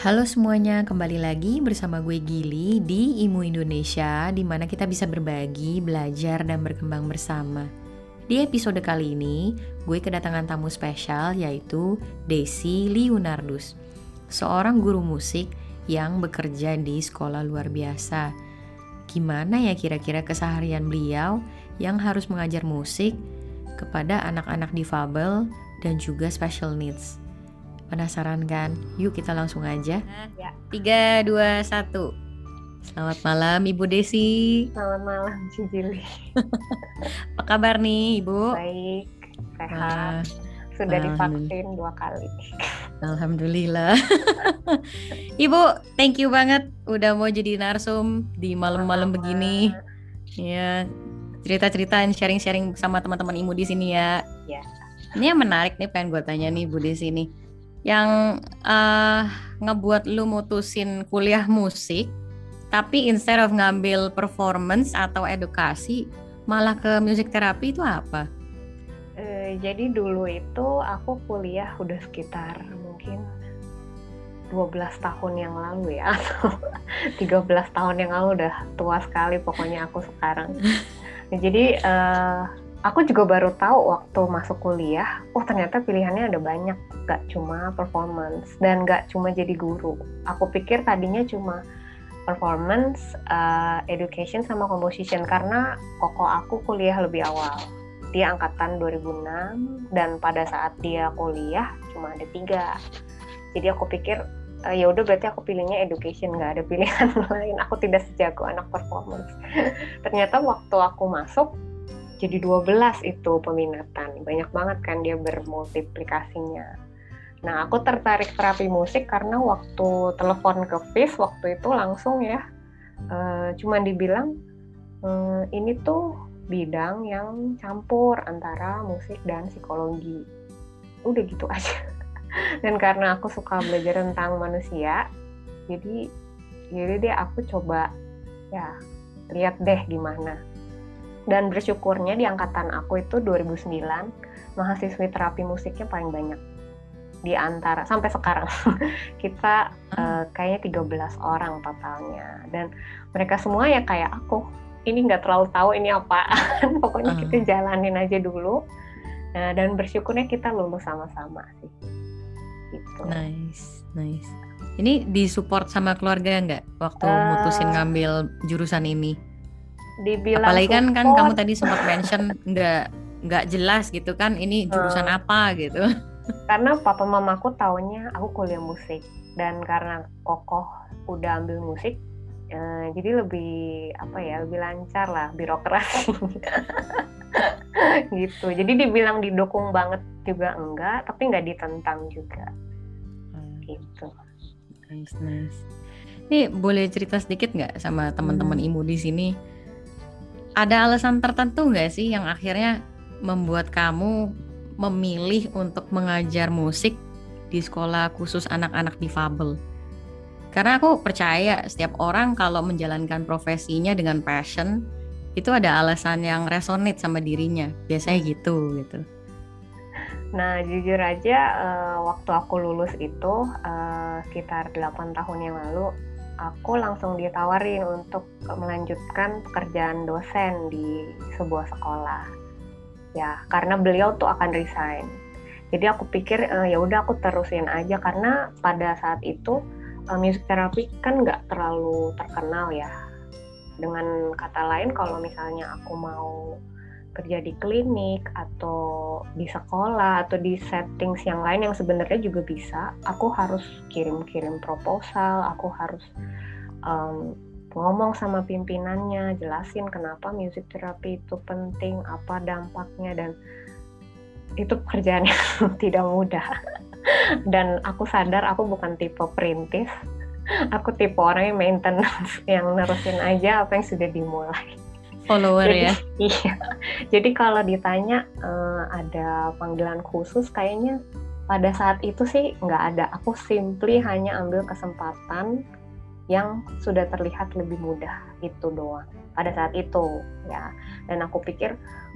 Halo semuanya, kembali lagi bersama gue Gili di IMU Indonesia, di mana kita bisa berbagi, belajar, dan berkembang bersama. Di episode kali ini, gue kedatangan tamu spesial yaitu Desi Liunardus, seorang guru musik yang bekerja di sekolah luar biasa. Gimana ya kira-kira keseharian beliau yang harus mengajar musik kepada anak-anak difabel dan juga special needs? Penasaran kan? Yuk kita langsung aja. Ya. 3, 2, 1. Selamat malam Ibu Desi. Selamat malam, Cicili. Apa kabar nih Ibu? Baik, sehat. Sudah divaksin 2 kali. Alhamdulillah. Ibu, thank you banget udah mau jadi narsum di malam-malam begini. Ya, cerita-ceritain, sharing-sharing sama teman-teman Ibu di sini ya. Ya. Ini yang menarik nih pengen gue tanya nih Bu Desi nih. Yang ngebuat lu mutusin kuliah musik, tapi instead of ngambil performance atau edukasi, malah ke music therapy itu apa? Jadi dulu itu aku kuliah udah sekitar mungkin 12 tahun yang lalu ya, atau 13 tahun yang lalu, udah tua sekali pokoknya aku sekarang. Jadi aku juga baru tahu waktu masuk kuliah, ternyata pilihannya ada banyak, gak cuma performance dan gak cuma jadi guru. Aku pikir tadinya cuma performance, education sama composition, karena koko aku kuliah lebih awal. Dia angkatan 2006 dan pada saat dia kuliah cuma ada 3. Jadi aku pikir ya udah berarti aku pilihnya education, nggak ada pilihan lain. Aku tidak sejago anak performance. Ternyata waktu aku masuk jadi 12 itu peminatan. Banyak banget kan dia bermultiplikasinya. Nah, aku tertarik terapi musik karena waktu telepon ke FIS waktu itu langsung ya, cuman dibilang ini tuh bidang yang campur antara musik dan psikologi. Udah gitu aja. Dan karena aku suka belajar tentang manusia, jadi deh aku coba ya lihat deh gimana. Dan bersyukurnya di angkatan aku itu 2009 mahasiswi terapi musiknya paling banyak di antara sampai sekarang. Kita kayaknya 13 orang totalnya, dan mereka semua ya kayak aku, ini nggak terlalu tahu ini apaan. Pokoknya kita jalanin aja dulu. Nah, dan bersyukurnya kita lulus sama-sama sih. Gitu. Nice. Ini disupport sama keluarga nggak waktu mutusin ngambil jurusan ini? Dibilang apalagi kan support, kamu tadi sempat mention nggak jelas gitu kan ini jurusan apa gitu. Karena papa mamaku taunya aku kuliah musik, dan karena kokoh udah ambil musik, jadi lebih lebih lancar lah birokrasi. Gitu. Jadi dibilang didukung banget juga enggak, tapi nggak ditentang juga. Gitu. Nice. Ini boleh cerita sedikit nggak sama teman-teman Imu di sini? Ada alasan tertentu nggak sih yang akhirnya membuat kamu memilih untuk mengajar musik di sekolah khusus anak-anak difabel? Karena aku percaya setiap orang kalau menjalankan profesinya dengan passion, itu ada alasan yang resonate sama dirinya. Biasanya gitu. Nah, jujur aja waktu aku lulus itu sekitar 8 tahun yang lalu, aku langsung ditawarin untuk melanjutkan pekerjaan dosen di sebuah sekolah. Ya, karena beliau tuh akan resign. Jadi aku pikir ya udah aku terusin aja, karena pada saat itu music therapy kan nggak terlalu terkenal ya. Dengan kata lain, kalau misalnya aku mau kerja di klinik atau di sekolah atau di settings yang lain yang sebenarnya juga bisa, aku harus kirim proposal, aku harus ngomong sama pimpinannya, jelasin kenapa music therapy itu penting, apa dampaknya, dan itu pekerjaan yang tidak mudah. Dan aku sadar aku bukan tipe perintis, aku tipe orang yang maintenance, yang nerusin aja apa yang sudah dimulai. Follower jadi, ya? Iya. Jadi kalau ditanya ada panggilan khusus, kayaknya pada saat itu sih nggak ada. Aku simply hanya ambil kesempatan yang sudah terlihat lebih mudah, itu doang pada saat itu ya. Dan aku pikir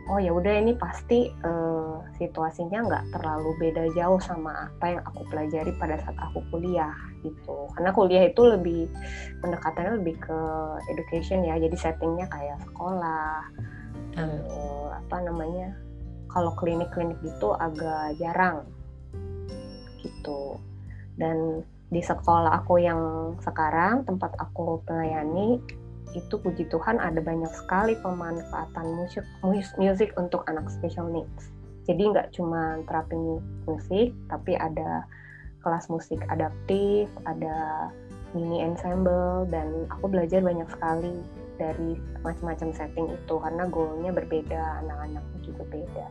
oh ya udah ini pasti situasinya nggak terlalu beda jauh sama apa yang aku pelajari pada saat aku kuliah gitu. Karena kuliah itu lebih pendekatannya lebih ke education ya, jadi settingnya kayak sekolah, apa namanya, kalau klinik-klinik gitu agak jarang gitu. Dan di sekolah aku yang sekarang, tempat aku melayani, itu puji Tuhan ada banyak sekali pemanfaatan musik untuk anak special needs. Jadi nggak cuma terapi musik, tapi ada kelas musik adaptif, ada mini ensemble, dan aku belajar banyak sekali dari macam-macam setting itu karena goalnya berbeda, anak-anaknya juga beda.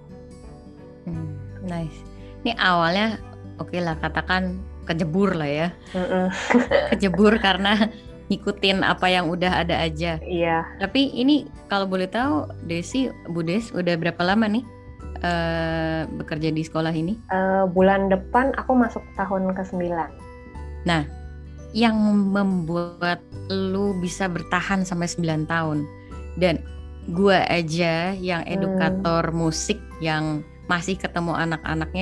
Nice. Ini awalnya oke lah, katakan kejebur lah ya. Kejebur karena ngikutin apa yang udah ada aja. Iya. Tapi ini kalau boleh tahu, Bu Des, udah berapa lama nih bekerja di sekolah ini? Bulan depan aku masuk tahun ke-9. Nah, yang membuat lu bisa bertahan sampai 9 tahun, dan gua aja yang edukator musik yang masih ketemu anak-anaknya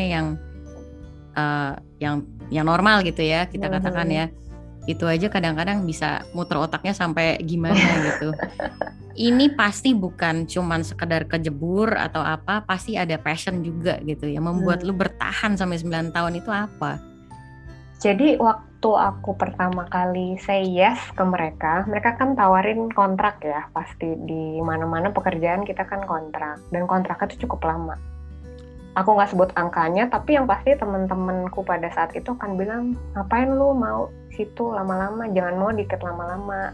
yang normal gitu ya, kita katakan ya, itu aja kadang-kadang bisa muter otaknya sampai gimana gitu. Ini pasti bukan cuman sekedar kejebur atau apa, pasti ada passion juga gitu ya. Membuat lu bertahan sampai 9 tahun itu apa? Jadi waktu aku pertama kali say yes ke mereka kan tawarin kontrak ya, pasti di mana-mana pekerjaan kita kan kontrak, dan kontraknya itu cukup lama. Aku nggak sebut angkanya, tapi yang pasti teman-temanku pada saat itu akan bilang, ngapain lu mau situ lama-lama, jangan mau dikit lama-lama.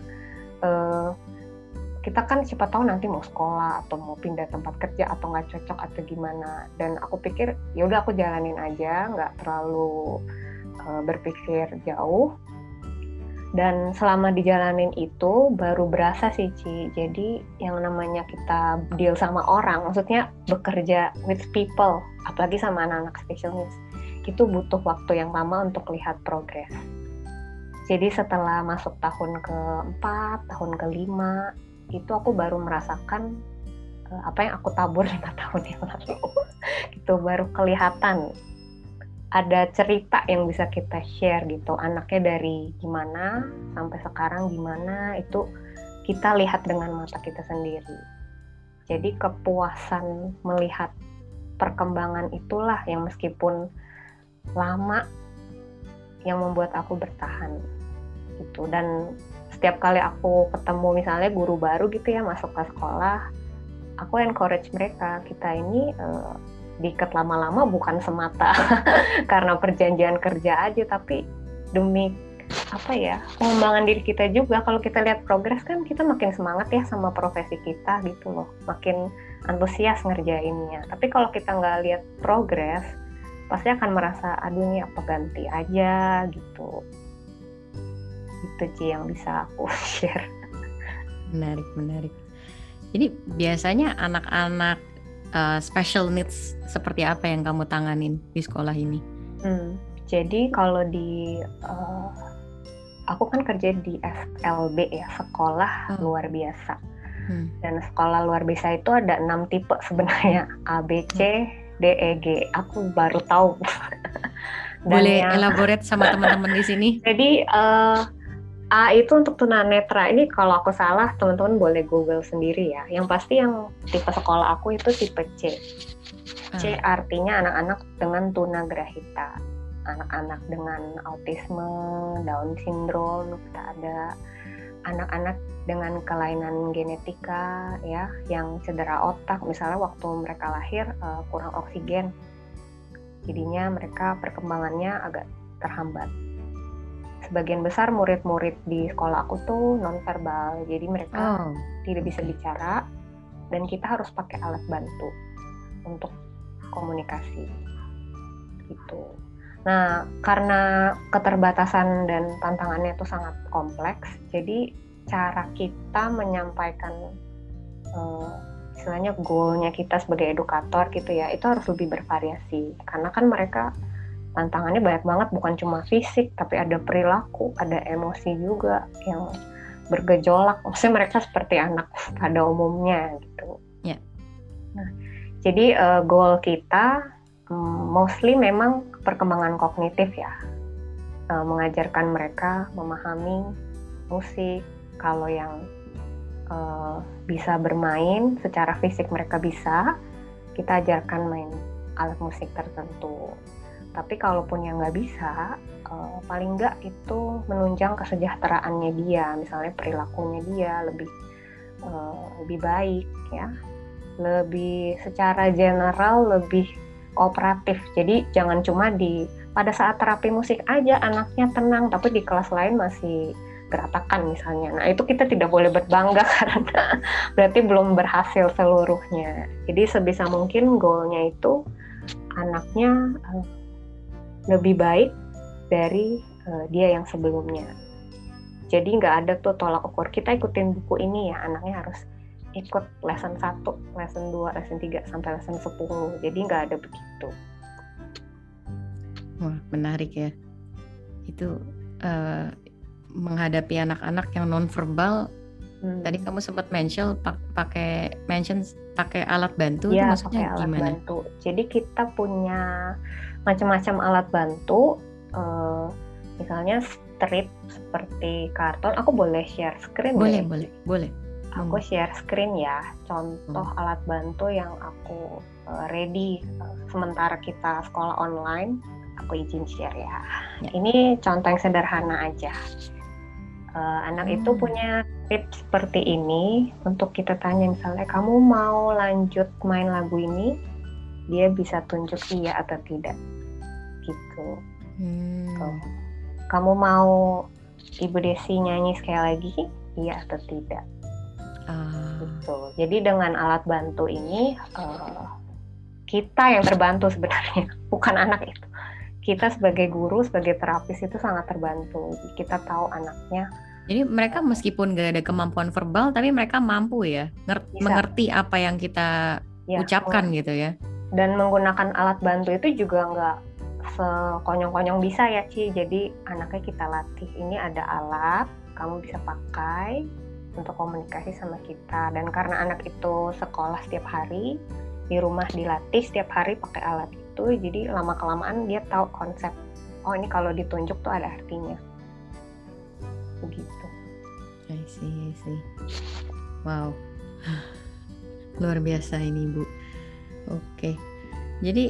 Kita kan siapa tahu nanti mau sekolah atau mau pindah tempat kerja atau nggak cocok atau gimana. Dan aku pikir ya udah aku jalanin aja, nggak terlalu berpikir jauh. Dan selama dijalanin itu baru berasa sih Ci. Jadi yang namanya kita deal sama orang, maksudnya bekerja with people, apalagi sama anak-anak special needs, itu butuh waktu yang lama untuk lihat progres. Jadi setelah masuk tahun ke-4, tahun ke-5, itu aku baru merasakan apa yang aku tabur 5 tahun yang lalu. Gitu baru kelihatan. Ada cerita yang bisa kita share gitu, anaknya dari gimana sampai sekarang gimana, itu kita lihat dengan mata kita sendiri. Jadi kepuasan melihat perkembangan itulah yang meskipun lama yang membuat aku bertahan gitu. Dan setiap kali aku ketemu misalnya guru baru gitu ya masuk ke sekolah, aku encourage mereka, kita ini diikat lama-lama bukan semata karena perjanjian kerja aja, tapi demi apa ya, pengembangan diri kita juga. Kalau kita lihat progres kan kita makin semangat ya sama profesi kita gitu loh, makin antusias ngerjainnya. Tapi kalau kita nggak lihat progres, pasti akan merasa aduh ini apa ganti aja gitu. Itu sih yang bisa aku share. Menarik. Jadi biasanya anak-anak special needs seperti apa yang kamu tanganin di sekolah ini? Jadi kalau di aku kan kerja di SLB ya, sekolah luar biasa. Dan sekolah luar biasa itu ada 6 tipe sebenarnya, A, B, C, D, E, G. Aku baru tahu. Boleh elaborate sama teman-teman di sini? Jadi A itu untuk tunanetra. Ini kalau aku salah, teman-teman boleh Google sendiri ya. Yang pasti yang tipe sekolah aku itu tipe C. C artinya anak-anak dengan tunagrahita, anak-anak dengan autisme, Down syndrome, kita ada anak-anak dengan kelainan genetika ya, yang cedera otak, misalnya waktu mereka lahir kurang oksigen, jadinya mereka perkembangannya agak terhambat. Sebagian besar murid-murid di sekolah aku tuh nonverbal, jadi mereka tidak bisa bicara dan kita harus pakai alat bantu untuk komunikasi gitu. Nah, karena keterbatasan dan tantangannya itu sangat kompleks, jadi cara kita menyampaikan istilahnya goalnya kita sebagai edukator gitu ya, itu harus lebih bervariasi. Karena kan mereka tantangannya banyak banget, bukan cuma fisik, tapi ada perilaku, ada emosi juga yang bergejolak. Maksudnya mereka seperti anak pada umumnya gitu. Yeah. Nah, Jadi goal kita mostly memang perkembangan kognitif ya, mengajarkan mereka memahami musik. Kalau yang bisa bermain secara fisik mereka bisa, kita ajarkan main alat musik tertentu. Tapi kalaupun yang nggak bisa, paling nggak itu menunjang kesejahteraannya dia, misalnya perilakunya dia lebih baik ya, lebih secara general lebih kooperatif. Jadi jangan cuma pada saat terapi musik aja anaknya tenang, tapi di kelas lain masih berantakan misalnya. Nah itu kita tidak boleh berbangga karena berarti belum berhasil seluruhnya. Jadi sebisa mungkin goalnya itu anaknya lebih baik dari dia yang sebelumnya. Jadi nggak ada tuh tolak ukur, kita ikutin buku ini ya, anaknya harus ikut lesson 1, lesson 2, lesson 3, sampai lesson 10. Jadi nggak ada begitu. Wah, menarik ya. Itu menghadapi anak-anak yang nonverbal. Tadi kamu sempat mention pakai alat bantu, ya, itu maksudnya pakai alat gimana? Bantu. Jadi kita punya macam-macam alat bantu, misalnya strip seperti karton. Aku boleh share screen? Boleh. Aku share screen ya, contoh alat bantu yang aku ready sementara kita sekolah online. Aku izin share ya. Ini contoh yang sederhana aja. Anak itu punya tips seperti ini. Untuk kita tanya misalnya, kamu mau lanjut main lagu ini? Dia bisa tunjuk iya atau tidak gitu. Kamu mau Ibu Desi nyanyi sekali lagi? Iya atau tidak gitu. Jadi dengan alat bantu ini kita yang terbantu sebenarnya, bukan anak itu. Kita sebagai guru, sebagai terapis itu sangat terbantu. Kita tahu anaknya. Jadi mereka meskipun gak ada kemampuan verbal, tapi mereka mampu ya mengerti apa yang kita ucapkan gitu ya. Dan menggunakan alat bantu itu juga nggak sekonyong-konyong bisa ya Ci. Jadi anaknya kita latih, ini ada alat, kamu bisa pakai untuk komunikasi sama kita. Dan karena anak itu sekolah setiap hari, di rumah dilatih setiap hari pakai alat itu, jadi lama-kelamaan dia tahu konsep, oh ini kalau ditunjuk tuh ada artinya. Begitu. I see. Wow. Luar biasa ini Bu. Oke. Jadi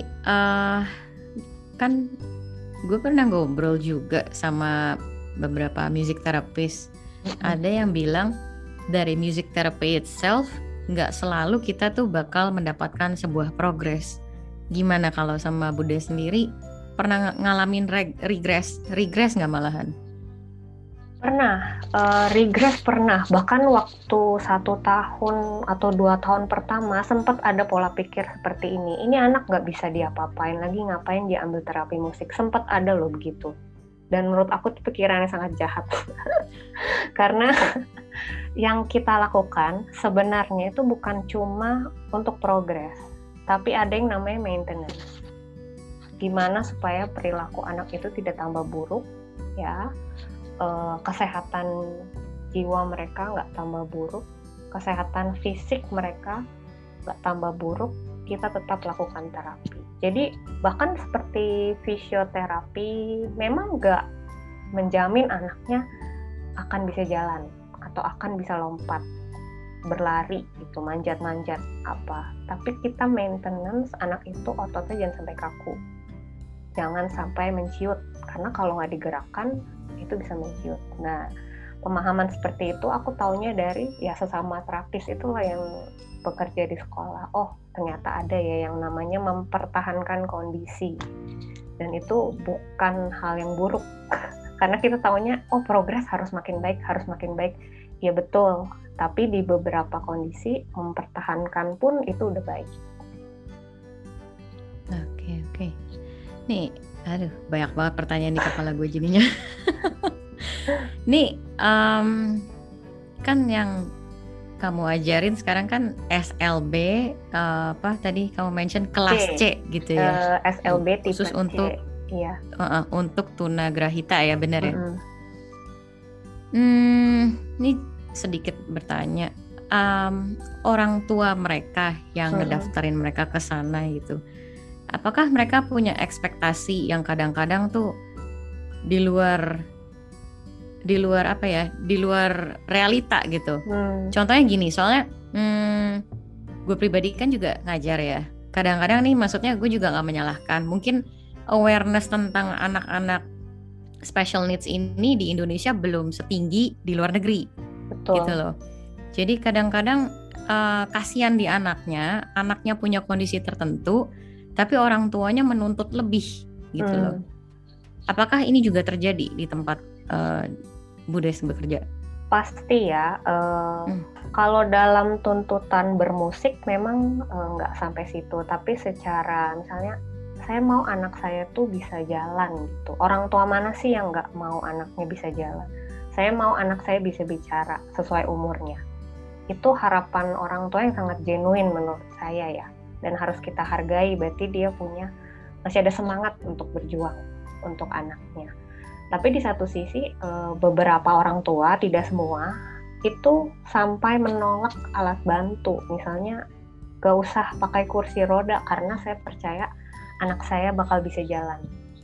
kan gue pernah ngobrol juga sama beberapa music therapist. Ada yang bilang dari music therapy itself nggak selalu kita tuh bakal mendapatkan sebuah progres. Gimana kalau sama Bude sendiri, pernah ngalamin regress nggak malahan? Pernah, regress pernah. Bahkan waktu 1 tahun atau 2 tahun pertama sempat ada pola pikir seperti ini. Ini anak nggak bisa diapa-apain lagi, ngapain dia ambil terapi musik. Sempat ada loh begitu. Dan menurut aku itu pikirannya sangat jahat. Karena yang kita lakukan sebenarnya itu bukan cuma untuk progres, tapi ada yang namanya maintenance. Gimana supaya perilaku anak itu tidak tambah buruk, ya, kesehatan jiwa mereka nggak tambah buruk, kesehatan fisik mereka nggak tambah buruk, kita tetap lakukan terapi. Jadi bahkan seperti fisioterapi memang nggak menjamin anaknya akan bisa jalan atau akan bisa lompat, berlari gitu, manjat-manjat apa. Tapi kita maintenance anak itu ototnya jangan sampai kaku, jangan sampai menciut, karena kalau nggak digerakkan itu bisa menciut. Nah, pemahaman seperti itu aku taunya dari ya sesama terapis itulah yang bekerja di sekolah. Oh, ternyata ada ya yang namanya mempertahankan kondisi. Dan itu bukan hal yang buruk. Karena kita taunya, oh progres harus makin baik. Ya betul, tapi di beberapa kondisi mempertahankan pun itu udah baik. Oke. Nih, aduh banyak banget pertanyaan di kepala gue jadinya. Nih, kan yang kamu ajarin sekarang kan SLB, apa tadi kamu mention kelas C gitu ya? SLB tipe khusus C. untuk iya. Untuk tunagrahita ya, benar ya? Ini sedikit bertanya, orang tua mereka yang ngedaftarin mereka ke sana gitu, apakah mereka punya ekspektasi yang kadang-kadang tuh di luar apa ya, di luar realita gitu. Contohnya gini, soalnya gue pribadi kan juga ngajar ya. Kadang-kadang nih, maksudnya gue juga nggak menyalahkan. Mungkin awareness tentang anak-anak special needs ini di Indonesia belum setinggi di luar negeri. Betul. Gitu loh. Jadi kadang-kadang kasihan di anaknya punya kondisi tertentu, tapi orang tuanya menuntut lebih gitu loh. Apakah ini juga terjadi di tempat Bu Des bekerja? Pasti ya. Kalau dalam tuntutan bermusik memang nggak sampai situ, tapi secara misalnya saya mau anak saya tuh bisa jalan gitu. Orang tua mana sih yang nggak mau anaknya bisa jalan? Saya mau anak saya bisa bicara sesuai umurnya. Itu harapan orang tua yang sangat genuine menurut saya ya. Dan harus kita hargai, berarti dia masih ada semangat untuk berjuang untuk anaknya. Tapi di satu sisi beberapa orang tua, tidak semua, itu sampai menolak alat bantu. Misalnya gak usah pakai kursi roda karena saya percaya anak saya bakal bisa jalan.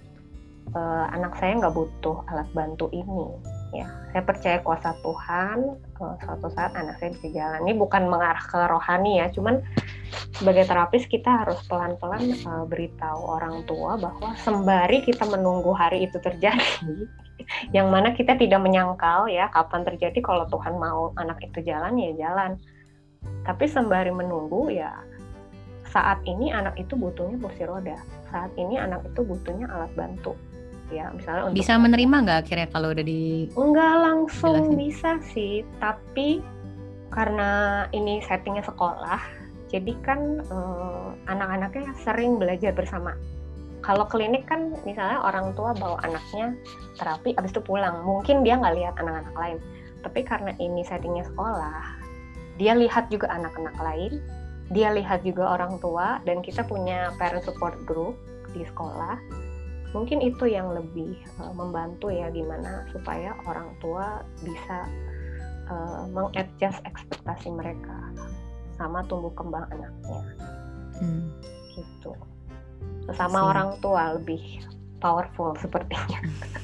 Anak saya nggak butuh alat bantu ini. Ya, saya percaya kuasa Tuhan. Suatu saat anak saya bisa jalan. Ini bukan mengarah ke rohani ya, cuman sebagai terapis kita harus pelan-pelan beritahu orang tua bahwa sembari kita menunggu hari itu terjadi, yang mana kita tidak menyangkal ya kapan terjadi. Kalau Tuhan mau anak itu jalan ya jalan. Tapi sembari menunggu ya, saat ini anak itu butuhnya kursi roda, saat ini anak itu butuhnya alat bantu. Ya, misalnya bisa menerima nggak akhirnya kalau udah Enggak langsung jelasin. Bisa sih, tapi karena ini settingnya sekolah, jadi kan anak-anaknya sering belajar bersama. Kalau klinik kan misalnya orang tua bawa anaknya terapi, abis itu pulang, mungkin dia nggak lihat anak-anak lain. Tapi karena ini settingnya sekolah, dia lihat juga anak-anak lain, dia lihat juga orang tua, dan kita punya parent support group di sekolah. Mungkin itu yang lebih membantu ya, gimana supaya orang tua bisa mengadjust ekspektasi mereka sama tumbuh kembang anaknya. Gitu. Sama orang tua lebih powerful sepertinya.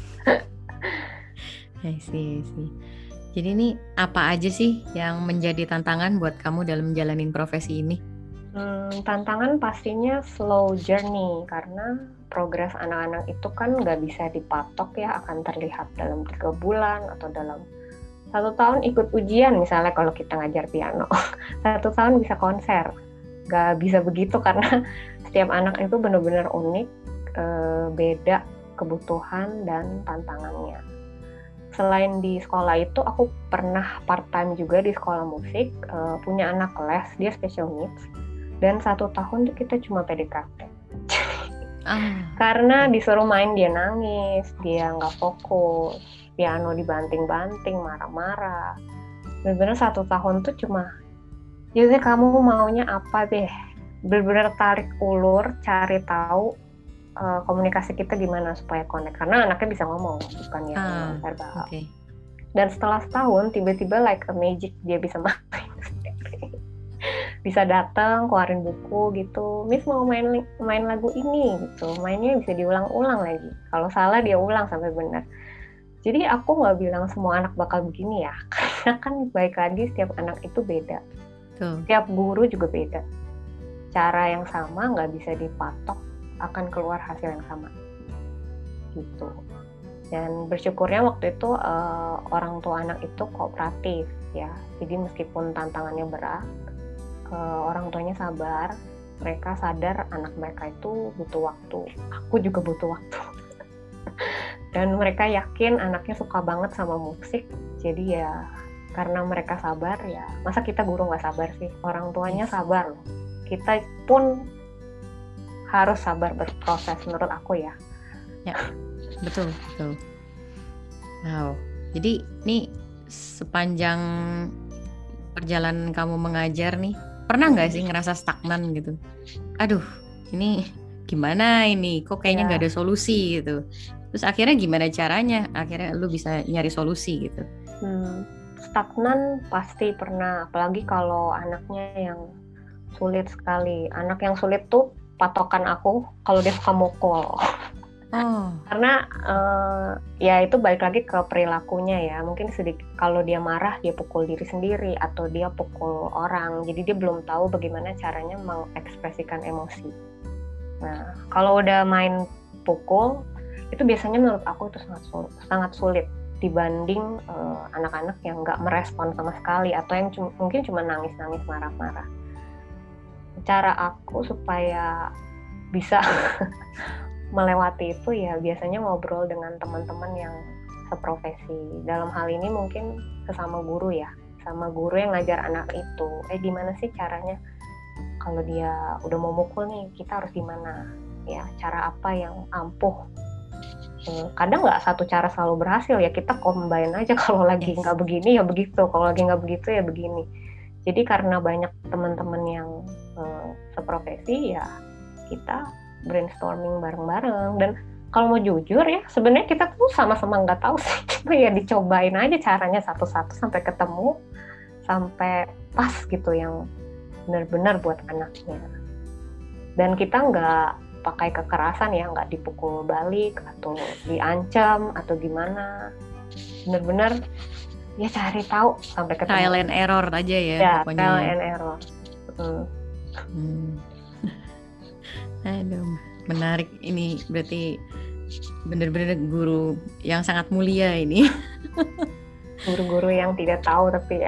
I see. Jadi ini apa aja sih yang menjadi tantangan buat kamu dalam menjalani profesi ini? Tantangan pastinya slow journey, karena progres anak-anak itu kan nggak bisa dipatok ya, akan terlihat dalam 3 bulan atau dalam 1 tahun ikut ujian. Misalnya kalau kita ngajar piano 1 tahun bisa konser, nggak bisa begitu karena setiap anak itu benar-benar unik, beda kebutuhan dan tantangannya. Selain di sekolah itu, aku pernah part-time juga di sekolah musik, punya anak les, dia special needs, dan 1 tahun tuh kita cuma PDKT. Karena disuruh main dia nangis, dia nggak fokus, piano dibanting-banting, marah-marah. Benar-benar 1 tahun tuh cuma, jadi kamu maunya apa deh? Benar-benar tarik ulur, cari tahu komunikasi kita gimana supaya connect. Karena anaknya bisa ngomong, bukan yang verbal. Okay. Dan setelah setahun, tiba-tiba like a magic, dia bisa main sendiri. Bisa datang, keluarin buku gitu. Miss mau main lagu ini gitu. Mainnya bisa diulang-ulang lagi. Kalau salah dia ulang sampai benar. Jadi aku nggak bilang semua anak bakal begini ya. Karena kan baik lagi setiap anak itu beda. Setiap guru juga beda. Cara yang sama nggak bisa dipatok, akan keluar hasil yang sama gitu. Dan bersyukurnya waktu itu orang tua anak itu kooperatif ya, jadi meskipun tantangannya berat, orang tuanya sabar, mereka sadar anak mereka itu butuh waktu, aku juga butuh waktu. Dan mereka yakin anaknya suka banget sama musik, jadi ya karena mereka sabar ya, masa kita guru nggak sabar sih, orang tuanya sabar loh, kita pun harus sabar berproses menurut aku ya. Ya, betul. Wow. Jadi nih sepanjang perjalanan kamu mengajar nih, pernah nggak sih ngerasa stagnan gitu? Aduh, ini gimana ini? Kok kayaknya nggak ada solusi gitu. Terus akhirnya gimana caranya? Akhirnya lu bisa nyari solusi gitu. stagnan pasti pernah, apalagi kalau anaknya yang sulit sekali. Anak yang sulit tuh patokan aku kalau dia suka mukul. Karena ya itu balik lagi ke perilakunya ya. Mungkin sedikit kalau dia marah dia pukul diri sendiri atau dia pukul orang. Jadi dia belum tahu bagaimana caranya mengekspresikan emosi. Nah, kalau udah main pukul itu biasanya menurut aku itu sangat sulit dibanding anak-anak yang nggak merespon sama sekali atau yang mungkin cuma nangis-nangis marah-marah. Cara aku supaya bisa melewati itu ya biasanya ngobrol dengan teman-teman yang seprofesi. Dalam hal ini mungkin sesama guru ya, sama guru yang ngajar anak itu. Gimana sih caranya kalau dia udah mau mukul nih, kita harus gimana? Ya, cara apa yang ampuh? Kadang nggak satu cara selalu berhasil ya, kita combine aja. Kalau lagi nggak begini ya begitu, kalau lagi nggak begitu ya begini. Jadi karena banyak teman-teman yang seprofesi ya kita brainstorming bareng-bareng. Dan kalau mau jujur ya sebenarnya kita tuh sama-sama nggak tahu sih, cuma ya dicobain aja caranya satu-satu sampai ketemu, sampai pas gitu yang benar-benar buat anaknya. Dan kita nggak pakai kekerasan ya, nggak dipukul balik atau diancam atau gimana. Benar-benar ya cari tahu sampai ketemu. Trial and error aja ya pokoknya. Trial and error. Aduh, menarik ini, berarti benar-benar guru yang sangat mulia ini. Guru-guru yang tidak tahu tapi ya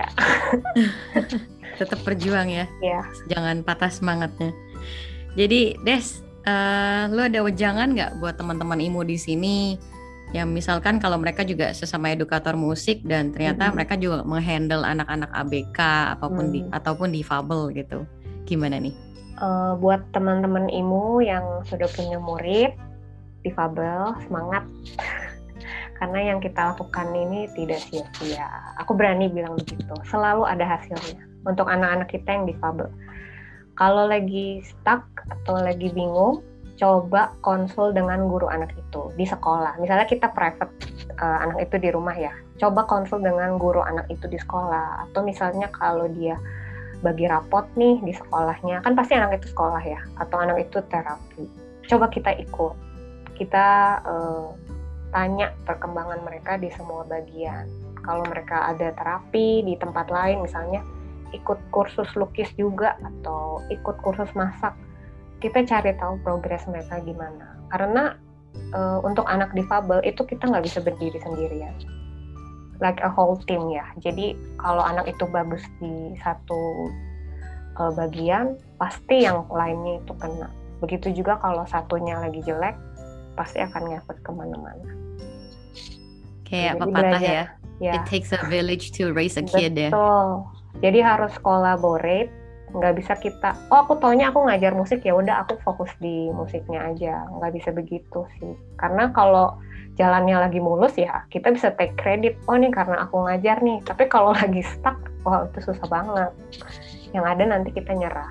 tetap berjuang ya. Jangan patah semangatnya. Jadi Des, lo ada wejangan nggak buat teman-teman IMU di sini yang misalkan kalau mereka juga sesama edukator musik dan ternyata mereka juga menghandle anak-anak ABK ataupun difabel gitu, gimana nih? Buat teman-teman IMU yang sudah punya murid difabel, semangat. Karena yang kita lakukan ini tidak sia-sia. Aku berani bilang begitu. Selalu ada hasilnya untuk anak-anak kita yang difabel. Kalau lagi stuck atau lagi bingung, coba konsul dengan guru anak itu di sekolah. Misalnya kita private anak itu di rumah ya, coba konsul dengan guru anak itu di sekolah. Atau misalnya kalau dia bagi rapot nih di sekolahnya, kan pasti anak itu sekolah ya, atau anak itu terapi. Coba kita ikut, kita tanya perkembangan mereka di semua bagian. Kalau mereka ada terapi di tempat lain, misalnya ikut kursus lukis juga atau ikut kursus masak, kita cari tahu progres mereka gimana. Karena untuk anak difabel itu kita nggak bisa berdiri sendirian, like a whole team ya. Jadi kalau anak itu bagus di satu bagian, pasti yang lainnya itu kena. Begitu juga kalau satunya lagi jelek, pasti akan ngefek kemana-mana. Kayak pepatah ya, it takes a village to raise a kid ya. Betul. Jadi harus collaborate, nggak bisa kita, aku taunya aku ngajar musik ya udah aku fokus di musiknya aja, nggak bisa begitu sih. Karena kalau jalannya lagi mulus ya kita bisa take credit, ini karena aku ngajar nih. Tapi kalau lagi stuck, itu susah banget. Yang ada nanti kita nyerah.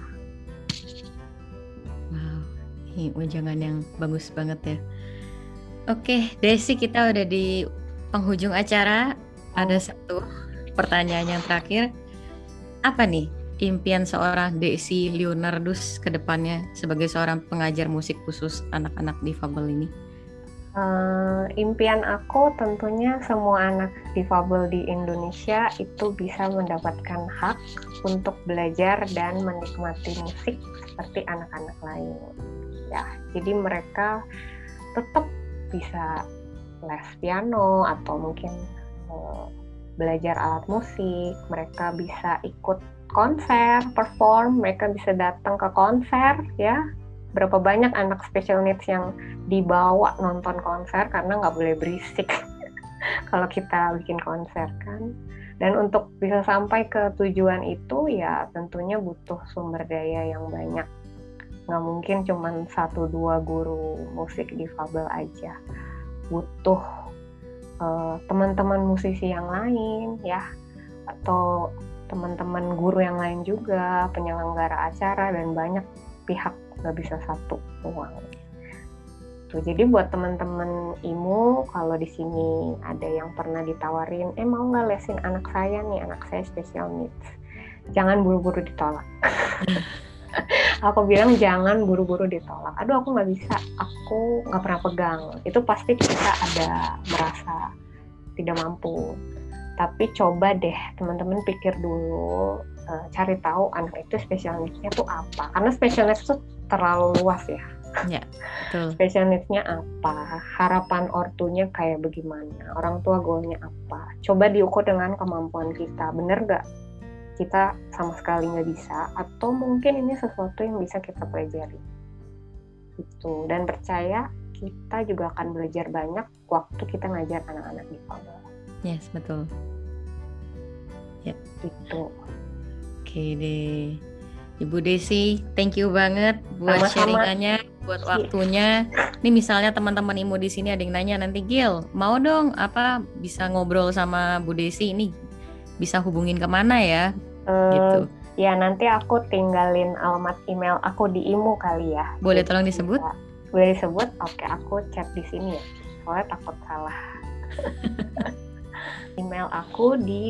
Wow, ini wejangan yang bagus banget ya. Oke, Desi, kita udah di penghujung acara. Ada satu pertanyaan yang terakhir. Apa nih impian seorang Desi Leonardus ke depannya sebagai seorang pengajar musik khusus anak-anak difabel ini? Impian aku tentunya semua anak difabel di Indonesia itu bisa mendapatkan hak untuk belajar dan menikmati musik seperti anak-anak lain. Ya, jadi mereka tetap bisa les piano atau mungkin belajar alat musik, mereka bisa ikut konser, perform, mereka bisa datang ke konser ya. Berapa banyak anak special needs yang dibawa nonton konser karena nggak boleh berisik kalau kita bikin konser kan. Dan untuk bisa sampai ke tujuan itu ya tentunya butuh sumber daya yang banyak. Nggak mungkin cuma 1-2 guru musik difabel aja. Butuh teman-teman musisi yang lain ya, atau teman-teman guru yang lain juga, penyelenggara acara, dan banyak pihak, nggak bisa satu doang. gitu. Jadi buat teman-teman IMU, kalau di sini ada yang pernah ditawarin, mau nggak lesin anak saya nih, anak saya special needs, jangan buru-buru ditolak. Aku bilang jangan buru-buru ditolak. Aduh, aku nggak bisa, aku nggak pernah pegang. Itu pasti kita ada merasa tidak mampu. Tapi coba deh teman-teman pikir dulu, cari tahu anak itu special needs-nya tuh apa. Karena special needs itu terlalu luas ya. Ya, betul. Special needs-nya apa, harapan ortunya kayak bagaimana, orang tua goalnya apa. Coba diukur dengan kemampuan kita, bener gak kita sama sekali nggak bisa, atau mungkin ini sesuatu yang bisa kita pelajari gitu. Dan percaya kita juga akan belajar banyak waktu kita ngajar anak-anak difabel. Yes, betul. Ya. Gitu. Oke deh, Ibu Desi, thank you banget buat sharingannya, buat waktunya. Ini misalnya teman-teman IMU di sini ada yang nanya nanti, Gil, mau dong bisa ngobrol sama Bu Desi, ini bisa hubungin kemana ya? Gitu. Ya nanti aku tinggalin alamat email aku di IMU kali ya. Boleh tolong disebut? Boleh disebut? Oke, aku chat di sini ya. Soalnya takut salah. Email aku di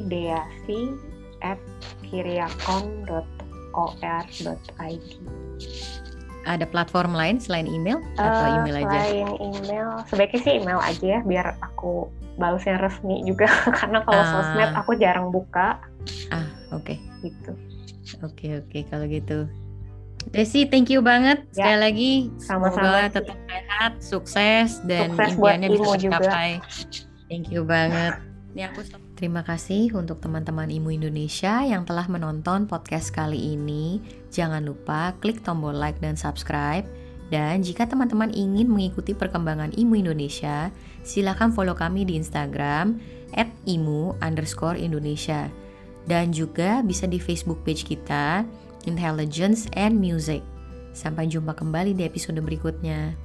deasi@kiriakon.or.id. Ada platform lain selain email atau email aja? Selain email, sebaiknya sih email aja ya, biar aku balasnya resmi juga. Karena kalau sosmed aku jarang buka. Oke. Gitu. Oke, kalau gitu. Desi, thank you banget sekali lagi. Semoga tetap sehat, sukses, dan impiannya bisa tercapai. Thank you banget. Terima kasih untuk teman-teman IMU Indonesia yang telah menonton podcast kali ini. Jangan lupa klik tombol like dan subscribe. Dan jika teman-teman ingin mengikuti perkembangan IMU Indonesia, silakan follow kami di Instagram @imu_Indonesia. Dan juga bisa di Facebook page kita, Intelligence and Music. Sampai jumpa kembali di episode berikutnya.